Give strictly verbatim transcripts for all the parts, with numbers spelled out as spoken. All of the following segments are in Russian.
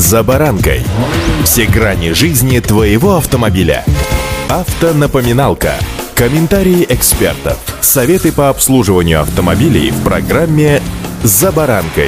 «За баранкой». Все грани жизни твоего автомобиля. Автонапоминалка. Комментарии экспертов. Советы по обслуживанию автомобилей в программе «За баранкой».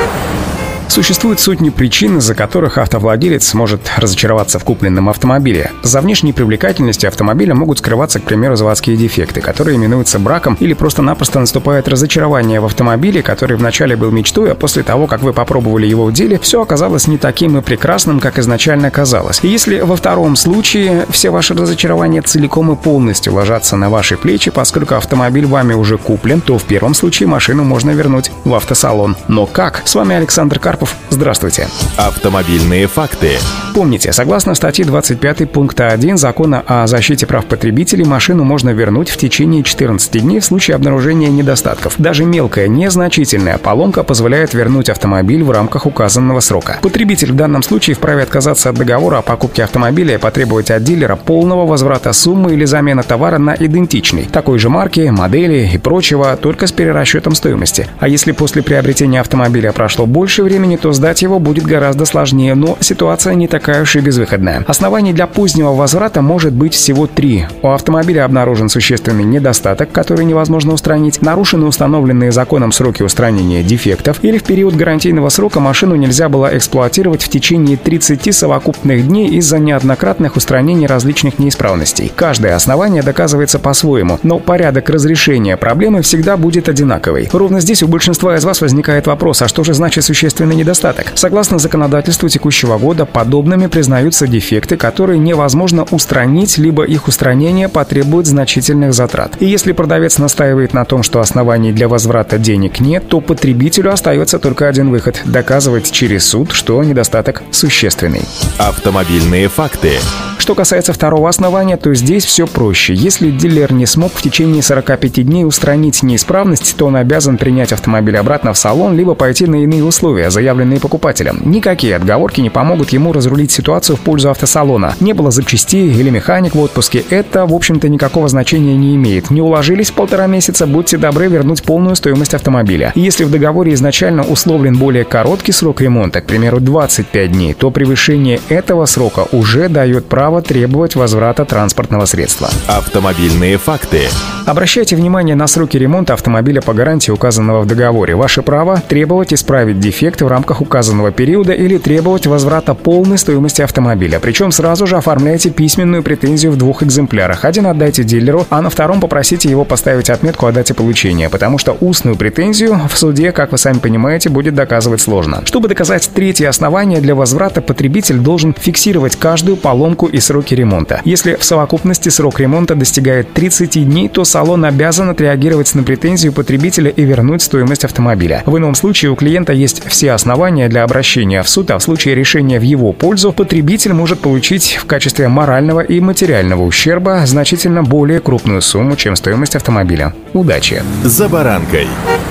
Существует сотни причин, из-за которых автовладелец может разочароваться в купленном автомобиле. За внешней привлекательностью автомобиля могут скрываться, к примеру, заводские дефекты, которые именуются браком, или просто-напросто наступает разочарование в автомобиле, который вначале был мечтой, а после того, как вы попробовали его в деле, все оказалось не таким и прекрасным, как изначально казалось. И если во втором случае все ваши разочарования целиком и полностью ложатся на ваши плечи, поскольку автомобиль вами уже куплен, то в первом случае машину можно вернуть в автосалон. Но как? С вами Александр Карпов. Здравствуйте. Автомобильные факты. Помните, согласно статье двадцать пять пункта один Закона о защите прав потребителей, машину можно вернуть в течение четырнадцати дней в случае обнаружения недостатков. Даже мелкая, незначительная поломка позволяет вернуть автомобиль в рамках указанного срока. Потребитель в данном случае вправе отказаться от договора о покупке автомобиля и потребовать от дилера полного возврата суммы или замены товара на идентичный, такой же марки, модели и прочего, только с перерасчетом стоимости. А если после приобретения автомобиля прошло больше времени, то сдать его будет гораздо сложнее, но ситуация не такая уж и безвыходная. Оснований для позднего возврата может быть всего три. У автомобиля обнаружен существенный недостаток, который невозможно устранить, нарушены установленные законом сроки устранения дефектов, или в период гарантийного срока машину нельзя было эксплуатировать в течение тридцати совокупных дней из-за неоднократных устранений различных неисправностей. Каждое основание доказывается по-своему, но порядок разрешения проблемы всегда будет одинаковый. Ровно здесь у большинства из вас возникает вопрос: а что же значит существенный недостаток? Согласно законодательству текущего года, подобными признаются дефекты, которые невозможно устранить, либо их устранение потребует значительных затрат. И если продавец настаивает на том, что оснований для возврата денег нет, то потребителю остается только один выход – доказывать через суд, что недостаток существенный. Автомобильные факты. Что касается второго основания, то здесь все проще. Если дилер не смог в течение сорока пяти дней устранить неисправность, то он обязан принять автомобиль обратно в салон, либо пойти на иные условия, заявленные покупателем. Никакие отговорки не помогут ему разрулить ситуацию в пользу автосалона. Не было запчастей или механик в отпуске. Это, в общем-то, никакого значения не имеет. Не уложились в полтора месяца, будьте добры вернуть полную стоимость автомобиля. И если в договоре изначально условлен более короткий срок ремонта, к примеру, двадцать пять дней, то превышение этого срока уже дает право требовать возврата транспортного средства. Автомобильные факты. Обращайте внимание на сроки ремонта автомобиля по гарантии, указанного в договоре. Ваше право требовать исправить дефекты в рамках указанного периода или требовать возврата полной стоимости автомобиля. Причем сразу же оформляйте письменную претензию в двух экземплярах. Один отдайте дилеру, а на втором попросите его поставить отметку о дате получения, потому что устную претензию в суде, как вы сами понимаете, будет доказывать сложно. Чтобы доказать третье основание для возврата, потребитель должен фиксировать каждую поломку и сроки ремонта. Если в совокупности срок ремонта достигает тридцати дней, то салон обязан отреагировать на претензию потребителя и вернуть стоимость автомобиля. В ином случае у клиента есть все основания для обращения в суд, а в случае решения в его пользу потребитель может получить в качестве морального и материального ущерба значительно более крупную сумму, чем стоимость автомобиля. Удачи! За баранкой.